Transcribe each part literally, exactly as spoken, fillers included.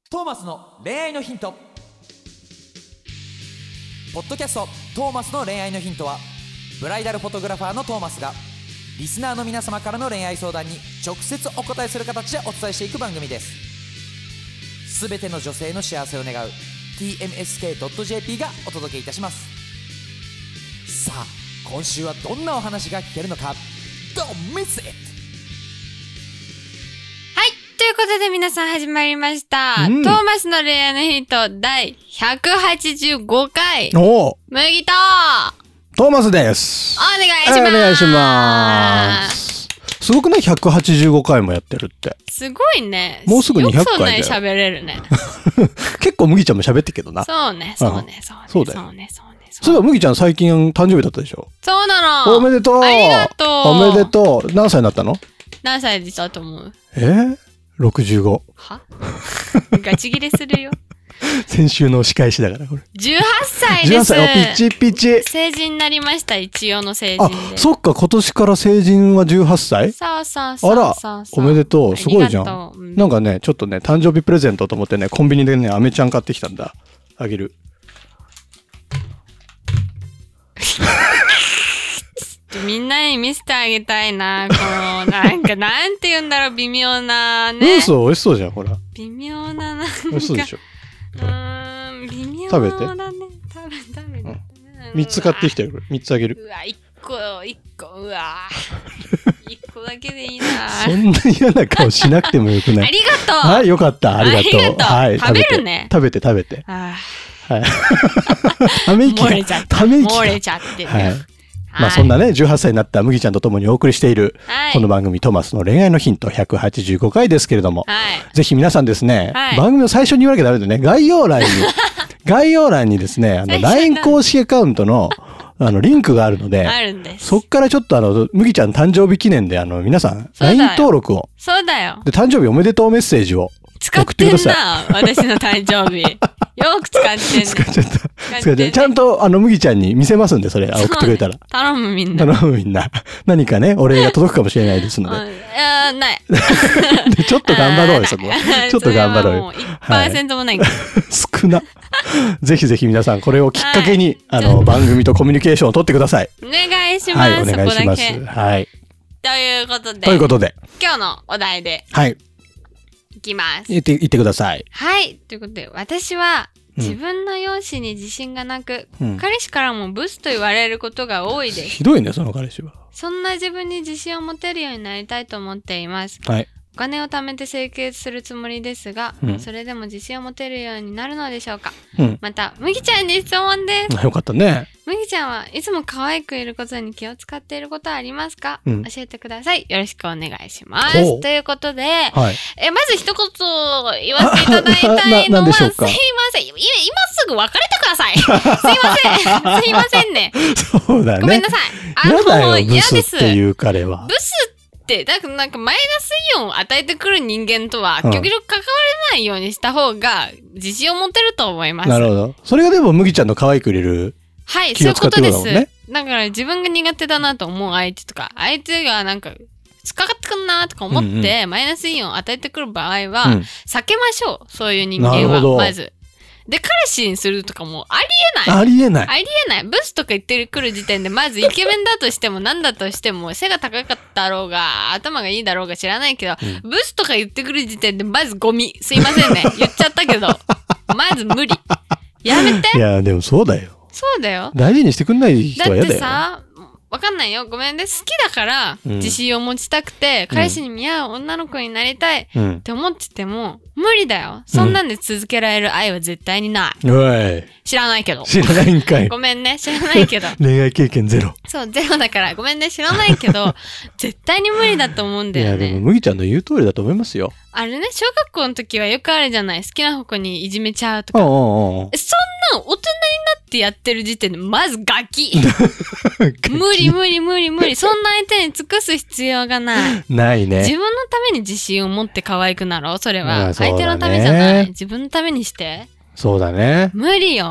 トーマスの恋愛のヒント。ポッドキャストトーマスの恋愛のヒントは、ブライダルフォトグラファーのトーマスがリスナーの皆様からの恋愛相談に直接お答えする形でお伝えしていく番組です。すべての女性の幸せを願う ティーエムエスケードットジェーピー がお届けいたします。さあ今週はどんなお話が聞けるのか。 Don't miss it。 ということで皆さん始まりました、うん、トーマスの恋愛のヒントだいひゃくはちじゅうごかい。 お麦とトーマスです。 お願いします。 お願いします。すごくない？ひゃくはちじゅうごかいもやってるって。 すごいね。 もうすぐにひゃっかいだよ。 よくそんなに喋れるね。 結構麦ちゃんも喋ってるけどな。 そうねそうねそうねそうだよ。 そうねそうね。 そういえば麦ちゃん最近誕生日だったでしょ。 そうなの。 おめでとう。 ありがとう。 おめでとう。何歳になったの？ 何歳でしたと思う？ えーろくじゅうご。 はガチギレするよ。 先週の仕返しだからこれ。 じゅうはっさいです。 じゅうはっさい。ピチピチ。 成人になりました。一応の成人で。 あ、そっか、今年から成人はじゅうはっさい。 そうそうそう。 あら、おめでとう。すごいじゃん。 うん、 なんかね、ちょっとね、誕生日プレゼントと思ってね、コンビニでね、アメちゃん買ってきたんだ。あげる。 みんなに見せてあげたいな。このなんかなんて言うんだろう、微妙なね。 嘘、美味しそうじゃん、ほら。 微妙ななんか。 美味しそうでしょ。 うーん、微妙だね。食べて。 食べ食べて。 みっつ買ってきてる。みっつあげる。 うわ、いっこ、いっこ、うわ。いっこだけでいいな。 そんな嫌な顔しなくてもよくない？ ありがとう。 はい、よかった。ありがとう。 ありがとう。 はい、 食べるね。 食べて食べて。 あはい。ため息が。 漏れちゃった。 ため息が。 漏れちゃってる。 はい。まあそんなね、じゅうはっさいになった麦ちゃんとともにお送りしている、はい、この番組トーマスの恋愛のヒントひゃくはちじゅうごかいですけれども、はい、ぜひ皆さんですね、はい、番組の最初に言わなきゃダメでね、概要欄に、概要欄にですね、あの ライン 公式アカウントのあのリンクがあるので、 あるんです。 そっからちょっとあの、麦ちゃん誕生日記念であの、皆さん ライン 登録を。 そうだよ。 で、誕生日おめでとうメッセージを使ってんな、私の誕生日。よく使ってんね。 使っちゃった。使っちゃった。ちゃんと、あの、麦ちゃんに見せますんで、それ、送ってくれたら。 頼むみんな。 頼むみんな。何かね、お礼が届くかもしれないですので。 いや、ない。 でちょっと頑張ろうよ、そこは。ちょっと頑張ろうよ。 いちパーセントもないから。 少な。ぜひぜひ皆さん、これをきっかけに、あの、番組とコミュニケーションを取ってください。 お願いします。 はい、お願いします。はい。 ということで。 ということで。 今日のお題で。 はい。 いきます。 言って、言ってください。 はい。ということで、私は、自分の容姿に自信がなく、うん、彼氏からもブスと言われることが多いです。 ひどいね、その彼氏は。 そんな自分に自信を持てるようになりたいと思っています。 はい。 お金を貯めて生活するつもりですが、うん、それでも自信を持てるようになるのでしょうか。うん、また、麦ちゃんに質問です。 よかったね。 麦ちゃんはいつも可愛くいることに気を使っていることはありますか？うん、教えてください。よろしくお願いします。ということで、はい、えまず一言言わせていただいたいのは、すいません。今すぐ別れてください。すいません。すいませんね。 そうだね。 ごめんなさい。あの、嫌です。 っていう彼は。 ブスってだからなんかマイナスイオンを与えてくる人間とは極力関われないようにした方が自信を持てると思います。 なるほど。それがでも麦ちゃんの可愛く入れる。 はい、そういうことです。だから自分が苦手だなと思う相手とか、相手がなんかつかかってくんなとか思って、うんうん、マイナスイオンを与えてくる場合は、うん、避けましょう。そういう人間はまず。で、彼氏にするとかもありえない。 ありえない。 ありえない。ブスとか言ってくる時点で、まずイケメンだとしても何だとしても、背が高かったろうが、頭がいいだろうが知らないけど、うん、ブスとか言ってくる時点で、まずゴミ。すいませんね。言っちゃったけど、まず無理。やめて。 いや、でもそうだよ。 そうだよ。 大事にしてくんない人は嫌だよ。 だってさ、わかんないよ。ごめんね。好きだから、自信を持ちたくて、うん、彼氏に見合う女の子になりたいって思ってても、無理だよ。そんなんで続けられる愛は絶対にない。 うん、 知らないけど。 知らないんかい。 ごめんね。知らないけど。 恋愛経験ゼロ。 そう、ゼロだから。ごめんね。知らないけど、絶対に無理だと思うんだよね。 いや、でも、麦ちゃんの言う通りだと思いますよ。 あれね、小学校の時はよくあるじゃない。好きな子にいじめちゃうとか。 おうおうおう、 そんなん大人になってやってる時点で、まずガキ。無理無理無理無理。そんな相手に尽くす必要がない。 ないね。 自分のために自信を持って可愛くなろう。それは。相手のためじゃない。自分のためにして。 そうだね。 無理よ。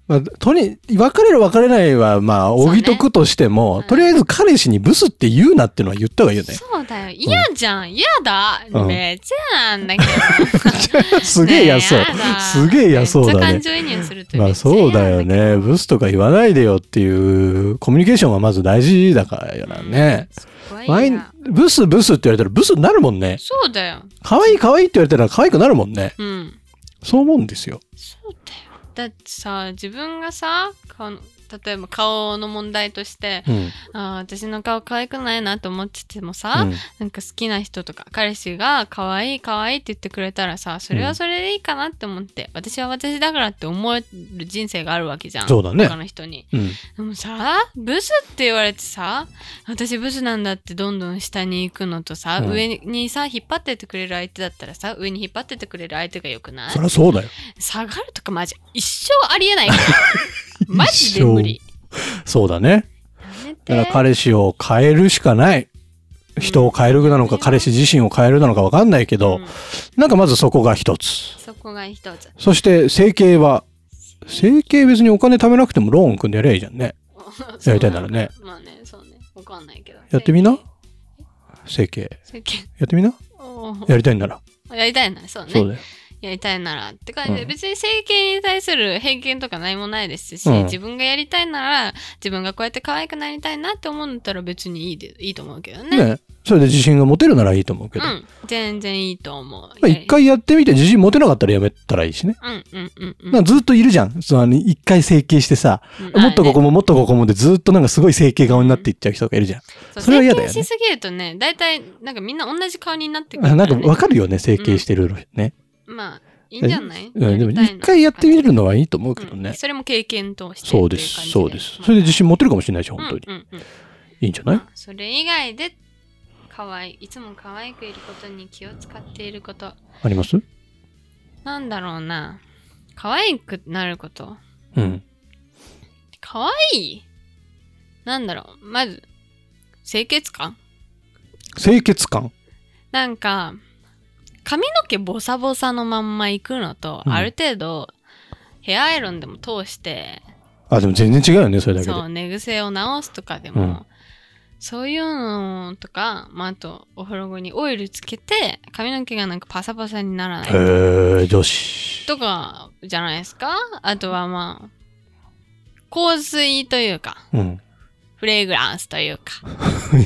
まあ、とに別れる別れないはまあおぎとくとしても、ねうん、とりあえず彼氏にブスって言うなっていうのは言った方がいいよね。 そうだよ嫌じゃん嫌、うん、だ、うん、めっちゃなんだけどすげえ嫌そう、ね、すげえ嫌そうだね。 感情移入するとまあそうだよねブスとか言わないでよっていうコミュニケーションはまず大事だからよね、うん、ブスブスって言われたらブスになるもんね。 そうだよ可愛い可愛いって言われたら可愛くなるもんね、 うん、 そう思うんですよ。 そうだよだってさ自分がさ例えば顔の問題として、うん、あ私の顔可愛くないなと思っててもさ、うん、なんか好きな人とか彼氏が可愛い可愛いって言ってくれたらさそれはそれでいいかなって思って、うん、私は私だからって思える人生があるわけじゃん。 そうだね他の人に、うん、でもさブスって言われてさ私ブスなんだってどんどん下に行くのとさ、うん、上にさ引っ張ってってくれる相手だったらさ上に引っ張ってってくれる相手がよくない？ そりゃそうだよ。 下がるとかマジ一生ありえないからマジで無理。 そうだね。だから彼氏を変えるしかない。人を変えるなのか、うん、彼氏自身を変えるなのか分かんないけど、うん、なんかまずそこが一つ。 そこが一つ。 そして整形は整形別にお金貯めなくてもローン組んでやりゃいいじゃんね。やりたいならね。 まあね、そうね。分かんないけど。 やってみな。整形。 整形。 やってみな。やりたいんなら。 やりたいならそうね。 そうだよ。 やりたいならって感じで、うん、別に整形に対する偏見とか何もないですし、うん、自分がやりたいなら自分がこうやって可愛くなりたいなって思うんだったら別にいいでいいと思うけどね。ね、 それで自信が持てるならいいと思うけど、 うん、全然いいと思う。まあ、一回やってみて自信持てなかったらやめたらいいしね。 うんうんうんうん。 なんかずっといるじゃん。その一回整形してさ、うん、もっとここももっとここもでずっとなんかすごい整形顔になっていっちゃう人がいるじゃん。 うん、それは嫌だよね。整形しすぎるとね、だいたいなんかみんな同じ顔になってくる、ね。 なんかわかるよね整形してるね。 うん、まあ。いいんじゃない？ うん、でも一回やってみるのはいいと思うけどね。 うん、それも経験としてそうです、そうです。それで自信持てるかもしれないし、本当に。うんうんうん、いいんじゃない？まあ、 それ以外で可愛い、いつも可愛くいることに気を使っていること。 あります？ なんだろうな。可愛くなること。 うん。 可愛い？なんだろう。まず、清潔感？ 清潔感？ なんか、髪の毛ボサボサのまんま行くのと、うん、ある程度ヘアアイロンでも通してあでも全然違うよねそれだけで。 そう寝癖を直すとかでも、うん、そういうのとか、まあ、あとお風呂後にオイルつけて髪の毛がなんかパサパサにならないへえ女子とかじゃないですか。あとはまあ香水というか、うん、フレグランスというか、 うん、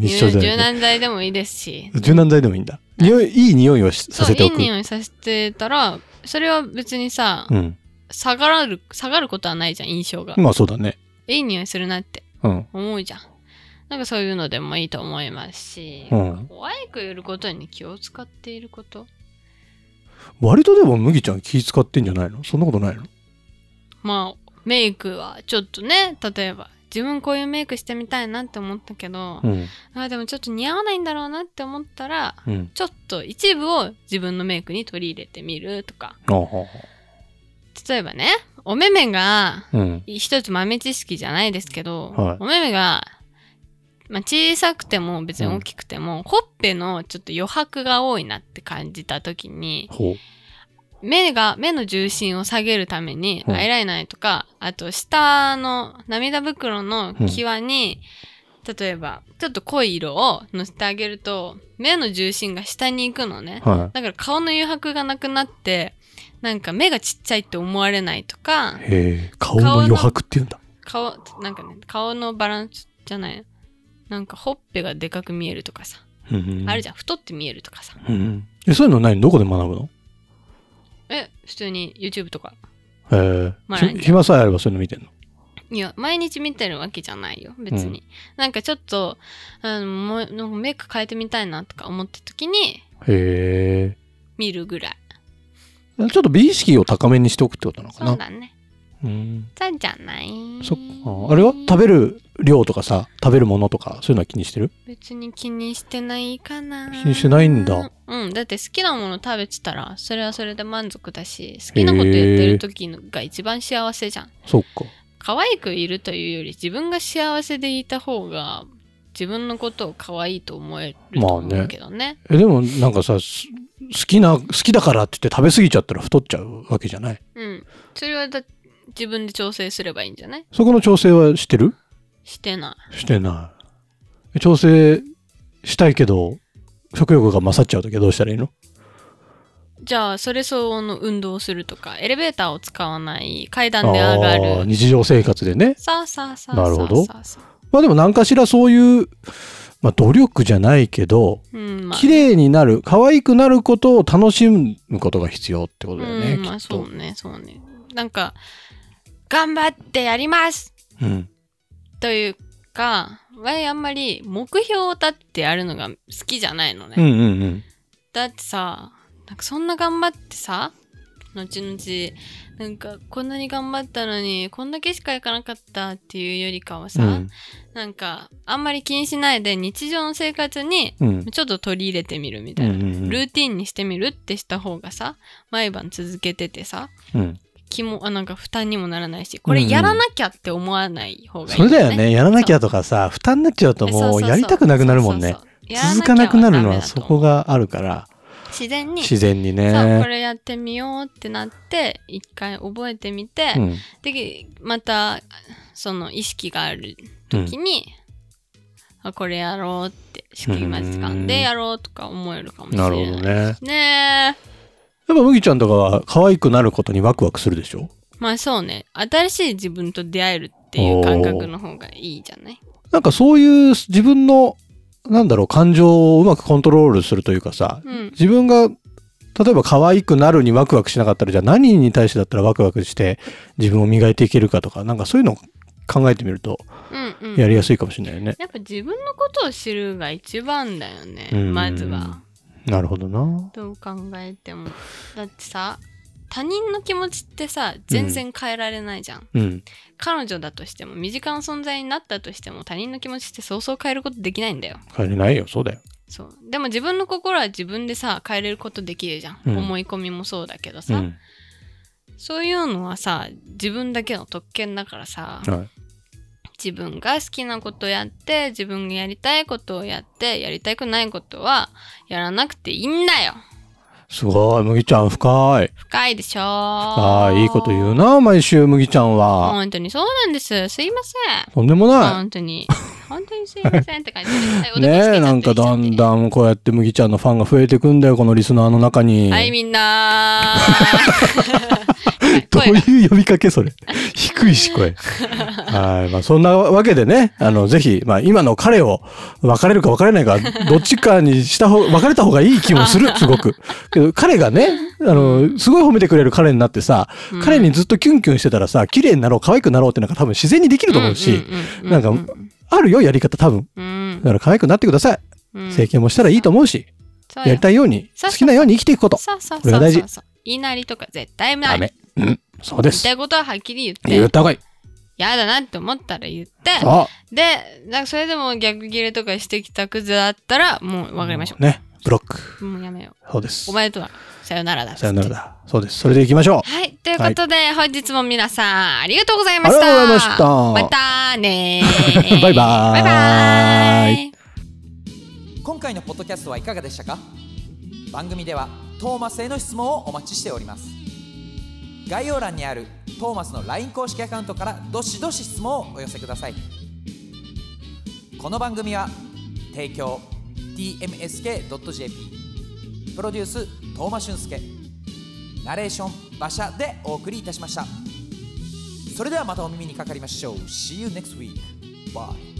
一緒だよね。 柔軟剤でもいいですし柔軟剤でもいいんだ。匂いいい匂いをさせておく。 いい匂いさせてたらそれは別にさ、うん、下がる下がることはないじゃん印象が。 まあそうだね。 いい匂いするなって思うじゃん、うん、なんかそういうのでもいいと思いますし、うん、可愛くいることに気を使っていること。 割とでも麦ちゃん気使ってんじゃないの？そんなことないの？ まあメイクはちょっとね例えば自分こういうメイクしてみたいなって思ったけど、うん、あでもちょっと似合わないんだろうなって思ったら、うん、ちょっと一部を自分のメイクに取り入れてみるとか、うん、例えばねお目目が、うん、一つ豆知識じゃないですけど、はい、お目目が、まあ、小さくても別に大きくても、うん、ほっぺのちょっと余白が多いなって感じた時に目が、目の重心を下げるために、アイライナーとか、あと下の涙袋の際に、うん、例えば、ちょっと濃い色をのせてあげると、目の重心が下に行くのね。はい、だから顔の余白がなくなって、なんか目がちっちゃいって思われないとか。 へー、顔の余白って言うんだ。 顔、なんかね、顔のバランスじゃない。なんかほっぺがでかく見えるとかさ。うんうん、あるじゃん、太って見えるとかさ。 うんうん、え、そういうの何？どこで学ぶの？ え、普通に YouTube とか。 へえ。暇さえあればそういうの見てんの？ いや、毎日見てるわけじゃないよ、別に。うん、なんかちょっと、あの、もう、なんかメイク変えてみたいなとか思った時に、 へえ。 見るぐらい。 ちょっと美意識を高めにしておくってことなのかな？ そうだね。うん。そうじゃない。 そっか。あれは食べる量とかさ、食べるものとか、そういうのは気にしてる？ 別に気にしてないかな。 気にしてないんだ。 うん。だって好きなもの食べてたら、それはそれで満足だし、好きなことやってる時が一番幸せじゃん。 そっか。 可愛くいるというより、自分が幸せでいた方が、自分のことを可愛いと思えると思うけどね。まあね。 え、でもなんかさ、好きな、好きだからって言って食べ過ぎちゃったら太っちゃうわけじゃない？ うん。それはだ自分で調整すればいいんじゃない？ そこの調整はしてる？ してない。 してない。調整したいけど食欲が勝っちゃうときはどうしたらいいの？ じゃあそれ相応の運動をするとか、エレベーターを使わない、階段で上がる、 日常生活でね。 さあさあさあ。 なるほど。まあでも何かしらそういう、まあ、努力じゃないけど、うんまあ、綺麗になる、可愛くなることを楽しむことが必要ってことだよね。うん、まあそうねそうね。なんか頑張ってやります、うん、というか、わいあんまり目標を立ってやるのが好きじゃないのね。うんうんうん、だってさ。なんかそんな頑張ってさ、後々なんかこんなに頑張ったのにこんだけしか行かなかったっていうよりかはさ、うん、なんかあんまり気にしないで日常の生活にちょっと取り入れてみるみたいな、うんうんうん、ルーティンにしてみるってした方がさ、毎晩続けててさ、うん、気もあなんか負担にもならないし、これやらなきゃって思わない方がいい、ね、 それだよね。やらなきゃとかさ、負担になっちゃうともうやりたくなくなるもんね。続かなくなるのはそこがあるから。 自然に自然にね、 そうこれやってみようってなって一回覚えてみて、うん、でまたその意識がある時に、うん、あこれやろうって隙間時間でやろうとか思えるかもしれない。なるほどね。ねえ。やっぱ麦ちゃんとかは可愛くなることにワクワクするでしょ？ まあそうね。新しい自分と出会えるっていう感覚の方がいいじゃない？ なんかそういう自分のなんだろう、感情をうまくコントロールするというかさ、うん、自分が例えば可愛くなるにワクワクしなかったら、じゃあ何に対してだったらワクワクして自分を磨いていけるかとか、なんかそういうのを考えてみるとやりやすいかもしれないよね。うんうん、 やっぱ自分のことを知るが一番だよね、まずは。 なるほどな。 どう考えても。だってさ、他人の気持ちってさ全然変えられないじゃん、うん、彼女だとしても身近な存在になったとしても他人の気持ちってそうそう変えることできないんだよ。 変えれないよ。そうだよ。 そうでも自分の心は自分でさ変えれることできるじゃん、うん、思い込みもそうだけどさ、うん、そういうのはさ自分だけの特権だからさ、はい、自分が好きなことやって自分がやりたいことをやってやりたくないことはやらなくていいんだよ。 すごい、麦ちゃん深い。 深いでしょ。 深い、いいこと言うな、毎週麦ちゃんは。 本当にそうなんです。すいません。 とんでもない。 本当に。本当にすいませんって感じで。 ねえ、なんかだんだんこうやって麦ちゃんのファンが増えてくんだよ、このリスナーの中に。 はい、みんなどういう呼びかけそれ。低いし声。はい、まあそんなわけでね、あのぜひまあ今の彼を別れるか別れないかどっちかにした方別れた方がいい気もするすごく。けど彼がね、あのすごい褒めてくれる彼になってさ、うん、彼にずっとキュンキュンしてたらさ、綺麗になろう可愛くなろうってなんか多分自然にできると思うし、なんかあるよやり方多分。うん、だから可愛くなってください。うん、整形もしたらいいと思うし、やりたいように好きなように生きていくこと。これが大事。 言いなりとか絶対ない。 ダメ。うん、そうです。 言いたいことははっきり言って。 言った方がいい。 やだなって思ったら言って。で、なんかそれでも逆ギレとかしてきたクズだったら、もう別れましょう。 ね。ブロック。 もうやめよう。 そうです。 お前とはさよならだ。 さよならだ。そうです。それで行きましょう。 はい。ということで、はい、本日も皆さん、ありがとうございました。 ありがとうございました。 またねバイバーイ。 バイバーイ。 今回のポッドキャストはいかがでしたか？番組ではトーマスへの質問をお待ちしております。概要欄にあるトーマスの ライン 公式アカウントからどしどし質問をお寄せください。この番組は提供 ティーエムエスケードットジェーピー プロデューストーマ俊介、ナレーション馬車でお送りいたしました。それではまたお耳にかかりましょう。 See you next week. Bye.